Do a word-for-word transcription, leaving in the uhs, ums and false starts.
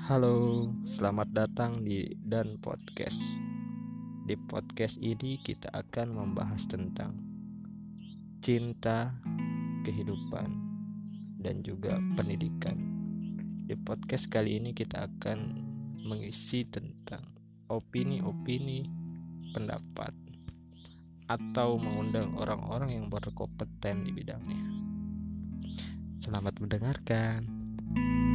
Halo, selamat datang di Dan Podcast. Di podcast ini kita akan membahas tentang cinta, kehidupan, dan juga pendidikan. Di podcast kali ini kita akan mengisi tentang opini-opini, pendapat, atau mengundang orang-orang yang berkompeten di bidangnya. Selamat mendengarkan.